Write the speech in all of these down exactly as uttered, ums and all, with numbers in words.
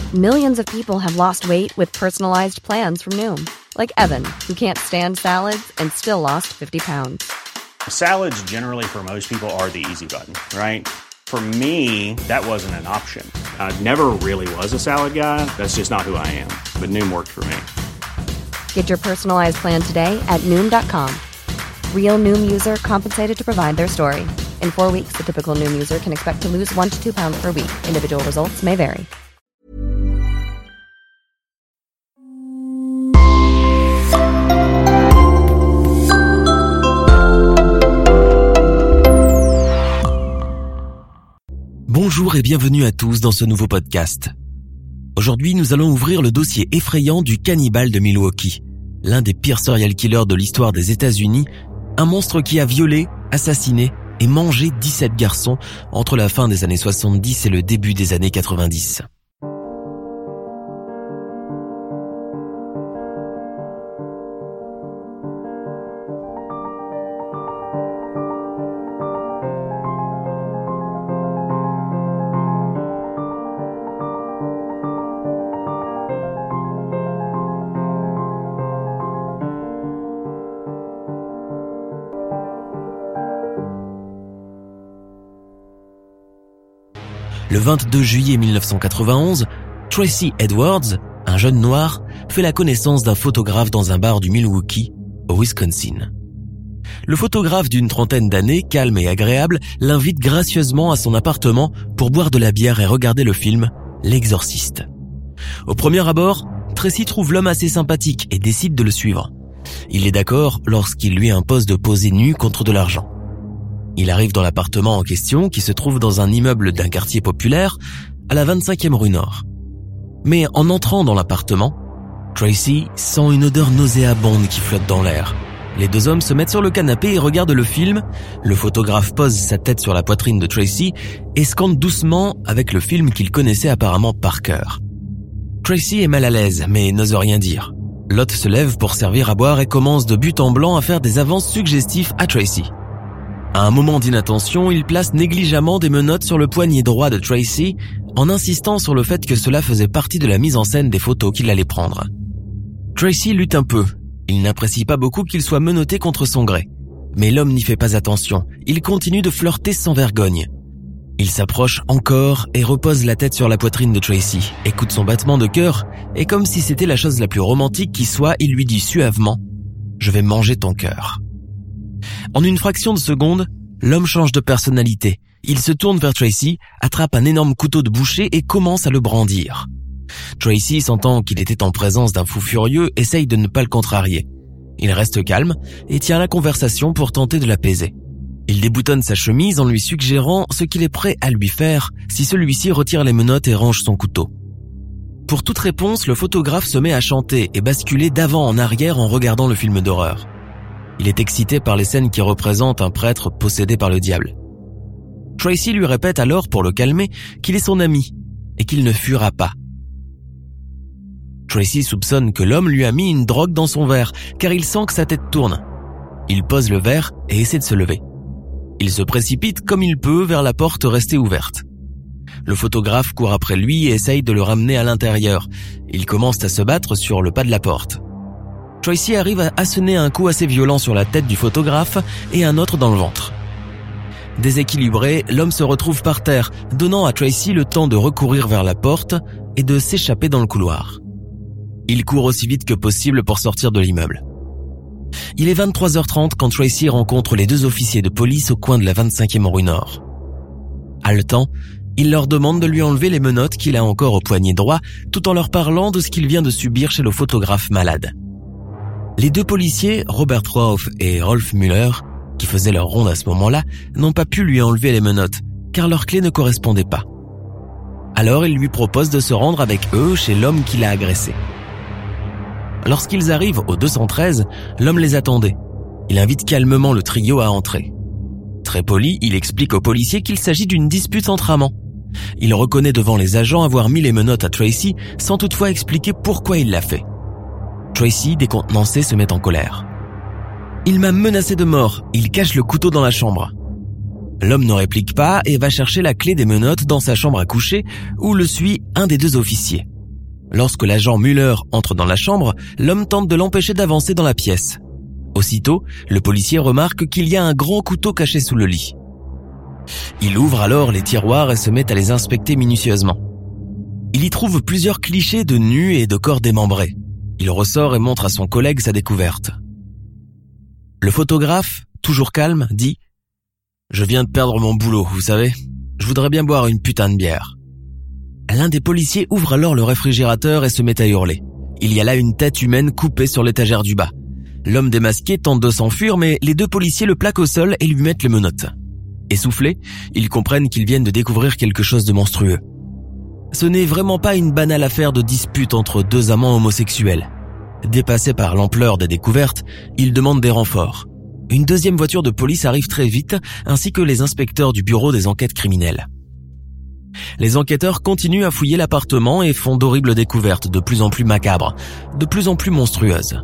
Millions of people have lost weight with personalized plans from Noom. Like Evan, who can't stand salads and still lost fifty pounds. Salads generally for most people are the easy button, right? For me, that wasn't an option. I never really was a salad guy. That's just not who I am. But Noom worked for me. Get your personalized plan today at Noom dot com. Real Noom user compensated to provide their story. In four weeks, the typical Noom user can expect to lose one to two pounds per week. Individual results may vary. Bonjour et bienvenue à tous dans ce nouveau podcast. Aujourd'hui, nous allons ouvrir le dossier effrayant du cannibale de Milwaukee, l'un des pires serial killers de l'histoire des États-Unis, un monstre qui a violé, assassiné et mangé dix-sept garçons entre la fin des années soixante-dix et le début des années quatre-vingt-dix. Le vingt-deux juillet mille neuf cent quatre-vingt-onze, Tracy Edwards, un jeune noir, fait la connaissance d'un photographe dans un bar du Milwaukee, au Wisconsin. Le photographe d'une trentaine d'années, calme et agréable, l'invite gracieusement à son appartement pour boire de la bière et regarder le film « L'Exorciste ». Au premier abord, Tracy trouve l'homme assez sympathique et décide de le suivre. Il est d'accord lorsqu'il lui impose de poser nu contre de l'argent. Il arrive dans l'appartement en question qui se trouve dans un immeuble d'un quartier populaire à la vingt-cinquième rue Nord. Mais en entrant dans l'appartement, Tracy sent une odeur nauséabonde qui flotte dans l'air. Les deux hommes se mettent sur le canapé et regardent le film. Le photographe pose sa tête sur la poitrine de Tracy et scande doucement avec le film qu'il connaissait apparemment par cœur. Tracy est mal à l'aise mais n'ose rien dire. L'hôte se lève pour servir à boire et commence de but en blanc à faire des avances suggestives à Tracy. À un moment d'inattention, il place négligemment des menottes sur le poignet droit de Tracy en insistant sur le fait que cela faisait partie de la mise en scène des photos qu'il allait prendre. Tracy lutte un peu. Il n'apprécie pas beaucoup qu'il soit menotté contre son gré. Mais l'homme n'y fait pas attention. Il continue de flirter sans vergogne. Il s'approche encore et repose la tête sur la poitrine de Tracy, écoute son battement de cœur et comme si c'était la chose la plus romantique qui soit, il lui dit suavement « Je vais manger ton cœur ». En une fraction de seconde, l'homme change de personnalité. Il se tourne vers Tracy, attrape un énorme couteau de boucher et commence à le brandir. Tracy, sentant qu'il était en présence d'un fou furieux, essaye de ne pas le contrarier. Il reste calme et tient la conversation pour tenter de l'apaiser. Il déboutonne sa chemise en lui suggérant ce qu'il est prêt à lui faire si celui-ci retire les menottes et range son couteau. Pour toute réponse, le photographe se met à chanter et basculer d'avant en arrière en regardant le film d'horreur. Il est excité par les scènes qui représentent un prêtre possédé par le diable. Tracy lui répète alors pour le calmer qu'il est son ami et qu'il ne fuira pas. Tracy soupçonne que l'homme lui a mis une drogue dans son verre car il sent que sa tête tourne. Il pose le verre et essaie de se lever. Il se précipite comme il peut vers la porte restée ouverte. Le photographe court après lui et essaye de le ramener à l'intérieur. Il commence à se battre sur le pas de la porte. Tracy arrive à asséner un coup assez violent sur la tête du photographe et un autre dans le ventre. Déséquilibré, l'homme se retrouve par terre, donnant à Tracy le temps de recourir vers la porte et de s'échapper dans le couloir. Il court aussi vite que possible pour sortir de l'immeuble. Il est vingt-trois heures trente quand Tracy rencontre les deux officiers de police au coin de la vingt-cinquième rue Nord. Haletant, il leur demande de lui enlever les menottes qu'il a encore au poignet droit, tout en leur parlant de ce qu'il vient de subir chez le photographe malade. Les deux policiers, Robert Rauff et Rolf Müller, qui faisaient leur ronde à ce moment-là, n'ont pas pu lui enlever les menottes, car leurs clés ne correspondaient pas. Alors ils lui proposent de se rendre avec eux chez l'homme qui l'a agressé. Lorsqu'ils arrivent au deux cent treize, l'homme les attendait. Il invite calmement le trio à entrer. Très poli, il explique aux policiers qu'il s'agit d'une dispute entre amants. Il reconnaît devant les agents avoir mis les menottes à Tracy, sans toutefois expliquer pourquoi il l'a fait. Tracy, décontenancé, se met en colère. « Il m'a menacé de mort, il cache le couteau dans la chambre. » L'homme ne réplique pas et va chercher la clé des menottes dans sa chambre à coucher où le suit un des deux officiers. Lorsque l'agent Muller entre dans la chambre, l'homme tente de l'empêcher d'avancer dans la pièce. Aussitôt, le policier remarque qu'il y a un grand couteau caché sous le lit. Il ouvre alors les tiroirs et se met à les inspecter minutieusement. Il y trouve plusieurs clichés de nus et de corps démembrés. Il ressort et montre à son collègue sa découverte. Le photographe, toujours calme, dit « Je viens de perdre mon boulot, vous savez. Je voudrais bien boire une putain de bière. » L'un des policiers ouvre alors le réfrigérateur et se met à hurler. Il y a là une tête humaine coupée sur l'étagère du bas. L'homme démasqué tente de s'enfuir, mais les deux policiers le plaquent au sol et lui mettent les menottes. Essoufflés, ils comprennent qu'ils viennent de découvrir quelque chose de monstrueux. Ce n'est vraiment pas une banale affaire de dispute entre deux amants homosexuels. Dépassés par l'ampleur des découvertes, ils demandent des renforts. Une deuxième voiture de police arrive très vite, ainsi que les inspecteurs du bureau des enquêtes criminelles. Les enquêteurs continuent à fouiller l'appartement et font d'horribles découvertes de plus en plus macabres, de plus en plus monstrueuses.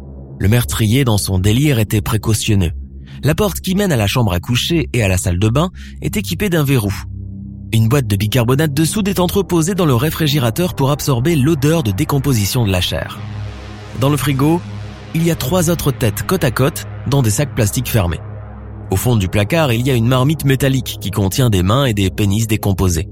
Le meurtrier, dans son délire, était précautionneux. La porte qui mène à la chambre à coucher et à la salle de bain est équipée d'un verrou. Une boîte de bicarbonate de soude est entreposée dans le réfrigérateur pour absorber l'odeur de décomposition de la chair. Dans le frigo, il y a trois autres têtes côte à côte dans des sacs plastiques fermés. Au fond du placard, il y a une marmite métallique qui contient des mains et des pénis décomposés.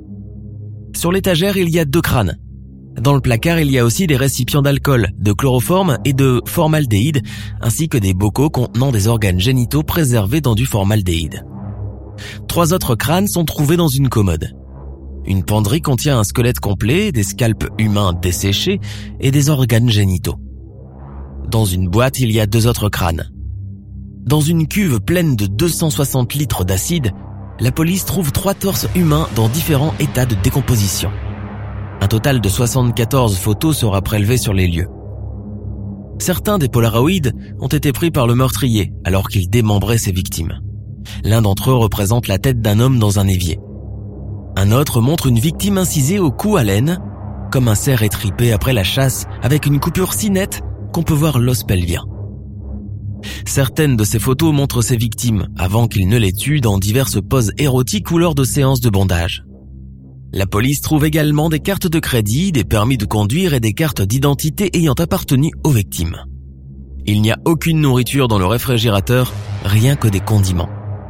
Sur l'étagère, il y a deux crânes. Dans le placard, il y a aussi des récipients d'alcool, de chloroforme et de formaldéhyde, ainsi que des bocaux contenant des organes génitaux préservés dans du formaldéhyde. Trois autres crânes sont trouvés dans une commode. Une penderie contient un squelette complet, des scalps humains desséchés et des organes génitaux. Dans une boîte, il y a deux autres crânes. Dans une cuve pleine de deux cent soixante litres d'acide, la police trouve trois torses humains dans différents états de décomposition. Un total de soixante-quatorze photos sera prélevé sur les lieux. Certains des polaroïdes ont été pris par le meurtrier alors qu'il démembrait ses victimes. L'un d'entre eux représente la tête d'un homme dans un évier. Un autre montre une victime incisée au cou à l'aine, comme un cerf étripé après la chasse, avec une coupure si nette qu'on peut voir l'os pelvien. Certaines de ces photos montrent ces victimes avant qu'il ne les tue dans diverses poses érotiques ou lors de séances de bondage. La police trouve également des cartes de crédit, des permis de conduire et des cartes d'identité ayant appartenu aux victimes. Il n'y a aucune nourriture dans le réfrigérateur, rien que des condiments.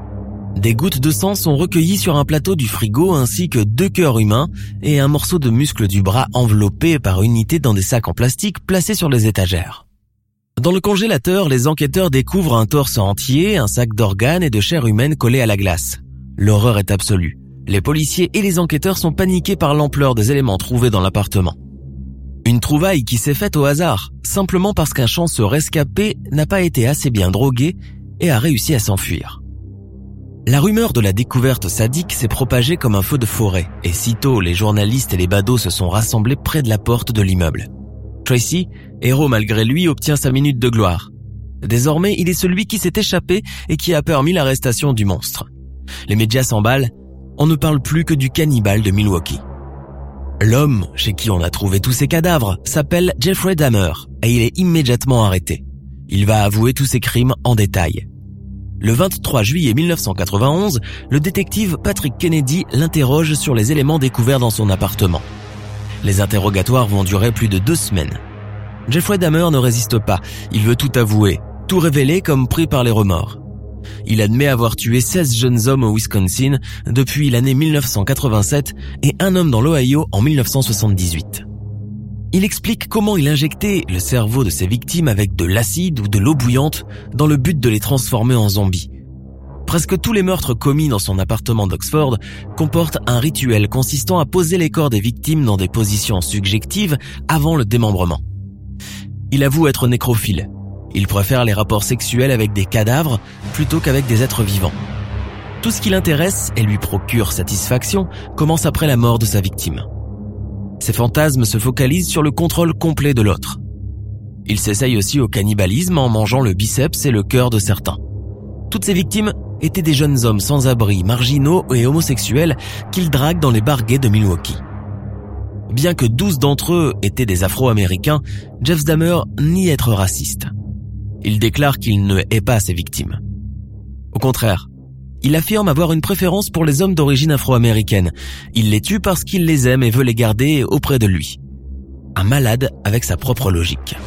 Des gouttes de sang sont recueillies sur un plateau du frigo ainsi que deux cœurs humains et un morceau de muscle du bras enveloppé par unité dans des sacs en plastique placés sur les étagères. Dans le congélateur, les enquêteurs découvrent un torse entier, un sac d'organes et de chair humaine collés à la glace. L'horreur est absolue. Les policiers et les enquêteurs sont paniqués par l'ampleur des éléments trouvés dans l'appartement. Une trouvaille qui s'est faite au hasard, simplement parce qu'un chanceux rescapé n'a pas été assez bien drogué et a réussi à s'enfuir. La rumeur de la découverte sadique s'est propagée comme un feu de forêt, et sitôt les journalistes et les badauds se sont rassemblés près de la porte de l'immeuble. Tracy, héros malgré lui, obtient sa minute de gloire. Désormais, il est celui qui s'est échappé et qui a permis l'arrestation du monstre. Les médias s'emballent, on ne parle plus que du cannibale de Milwaukee. L'homme, chez qui on a trouvé tous ces cadavres, s'appelle Jeffrey Dahmer, et il est immédiatement arrêté. Il va avouer tous ses crimes en détail. Le vingt-trois juillet mille neuf cent quatre-vingt-onze, le détective Patrick Kennedy l'interroge sur les éléments découverts dans son appartement. Les interrogatoires vont durer plus de deux semaines. Jeffrey Dahmer ne résiste pas, il veut tout avouer, tout révéler comme pris par les remords. Il admet avoir tué seize jeunes hommes au Wisconsin depuis l'année mille neuf cent quatre-vingt-sept et un homme dans l'Ohio en mille neuf cent soixante-dix-huit. Il explique comment il injectait le cerveau de ses victimes avec de l'acide ou de l'eau bouillante dans le but de les transformer en zombies. Presque tous les meurtres commis dans son appartement d'Oxford comportent un rituel consistant à poser les corps des victimes dans des positions subjectives avant le démembrement. Il avoue être nécrophile. Il préfère les rapports sexuels avec des cadavres plutôt qu'avec des êtres vivants. Tout ce qui l'intéresse et lui procure satisfaction commence après la mort de sa victime. Ses fantasmes se focalisent sur le contrôle complet de l'autre. Il s'essaye aussi au cannibalisme en mangeant le biceps et le cœur de certains. Toutes ces victimes étaient des jeunes hommes sans abri, marginaux et homosexuels qu'il drague dans les bars gays de Milwaukee. Bien que douze d'entre eux étaient des Afro-Américains, Jeff Dahmer nie être raciste. Il déclare qu'il ne hait pas ses victimes. Au contraire, il affirme avoir une préférence pour les hommes d'origine afro-américaine. Il les tue parce qu'il les aime et veut les garder auprès de lui. un malade avec sa propre logique.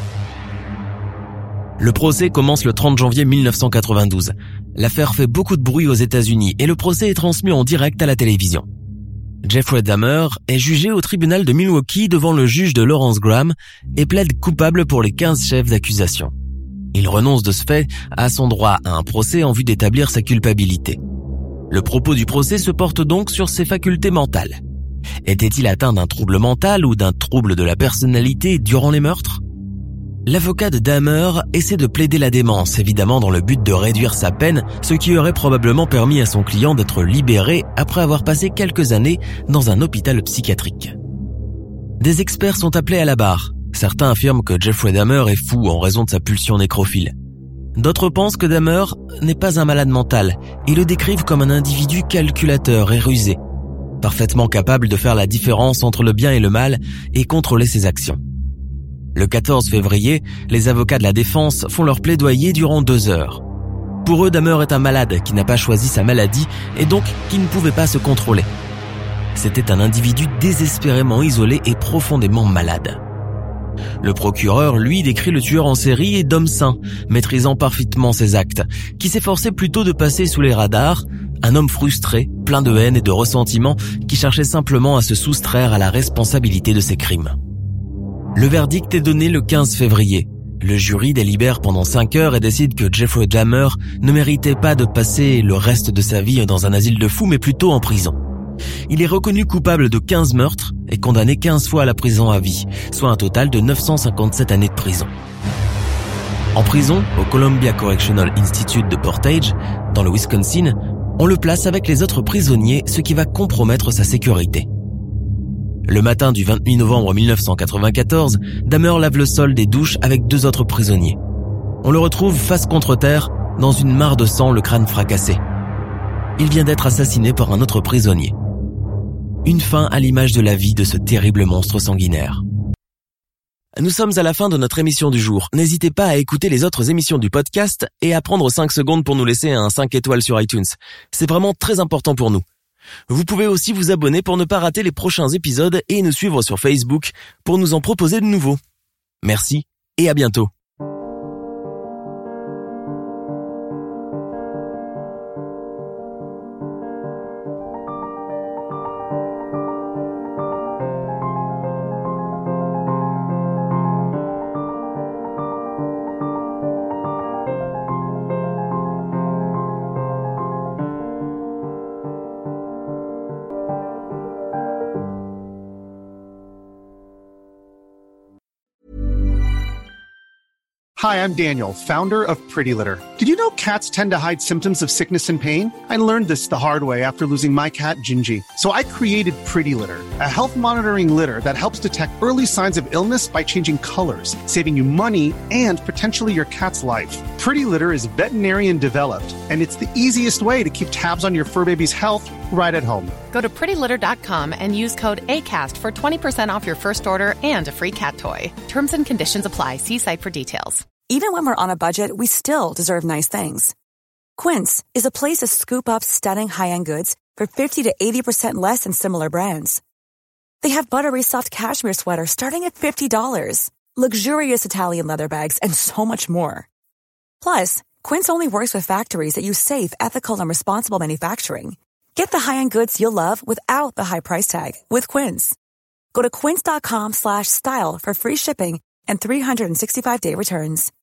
Le procès commence le trente janvier mille neuf cent quatre-vingt-douze. L'affaire fait beaucoup de bruit aux États-Unis et le procès est transmis en direct à la télévision. Jeffrey Dahmer est jugé au tribunal de Milwaukee devant le juge de Lawrence Graham et plaide coupable pour les quinze chefs d'accusation. Il renonce de ce fait à son droit à un procès en vue d'établir sa culpabilité. Le propos du procès se porte donc sur ses facultés mentales. Était-il atteint d'un trouble mental ou d'un trouble de la personnalité durant les meurtres ? L'avocat de Dahmer essaie de plaider la démence, évidemment dans le but de réduire sa peine, ce qui aurait probablement permis à son client d'être libéré après avoir passé quelques années dans un hôpital psychiatrique. Des experts sont appelés à la barre. Certains affirment que Jeffrey Dahmer est fou en raison de sa pulsion nécrophile. D'autres pensent que Dahmer n'est pas un malade mental et le décrivent comme un individu calculateur et rusé, parfaitement capable de faire la différence entre le bien et le mal et contrôler ses actions. Le quatorze février, les avocats de la défense font leur plaidoyer durant deux heures. Pour eux, Dahmer est un malade qui n'a pas choisi sa maladie et donc qui ne pouvait pas se contrôler. C'était un individu désespérément isolé et profondément malade. Le procureur, lui, décrit le tueur en série et d'homme sain, maîtrisant parfaitement ses actes, qui s'efforçait plutôt de passer sous les radars, un homme frustré, plein de haine et de ressentiment, qui cherchait simplement à se soustraire à la responsabilité de ses crimes. Le verdict est donné le quinze février. Le jury délibère pendant cinq heures et décide que Jeffrey Dahmer ne méritait pas de passer le reste de sa vie dans un asile de fous, mais plutôt en prison. Il est reconnu coupable de quinze meurtres et condamné quinze fois à la prison à vie, soit un total de neuf cent cinquante-sept années de prison. En prison, au Columbia Correctional Institute de Portage, dans le Wisconsin, on le place avec les autres prisonniers, ce qui va compromettre sa sécurité. Le matin du vingt-huit novembre mille neuf cent quatre-vingt-quatorze, Dahmer lave le sol des douches avec deux autres prisonniers. On le retrouve face contre terre, dans une mare de sang, le crâne fracassé. Il vient d'être assassiné par un autre prisonnier. Une fin à l'image de la vie de ce terrible monstre sanguinaire. Nous sommes à la fin de notre émission du jour. N'hésitez pas à écouter les autres émissions du podcast et à prendre cinq secondes pour nous laisser un cinq étoiles sur iTunes. C'est vraiment très important pour nous. Vous pouvez aussi vous abonner pour ne pas rater les prochains épisodes et nous suivre sur Facebook pour nous en proposer de nouveaux. Merci et à bientôt. Hi, I'm Daniel, founder of Pretty Litter. Did you know cats tend to hide symptoms of sickness and pain? I learned this the hard way after losing my cat, Gingy. So I created Pretty Litter, a health monitoring litter that helps detect early signs of illness by changing colors, saving you money and potentially your cat's life. Pretty Litter is veterinarian developed, and it's the easiest way to keep tabs on your fur baby's health right at home. Go to pretty litter dot com and use code ACAST for twenty percent off your first order and a free cat toy. Terms and conditions apply. See site for details. Even when we're on a budget, we still deserve nice things. Quince is a place to scoop up stunning high-end goods for fifty to eighty percent less than similar brands. They have buttery soft cashmere sweaters starting at fifty dollars, luxurious Italian leather bags, and so much more. Plus, Quince only works with factories that use safe, ethical, and responsible manufacturing. Get the high-end goods you'll love without the high price tag with Quince. Go to quince dot com slash style for free shipping and three sixty-five day returns.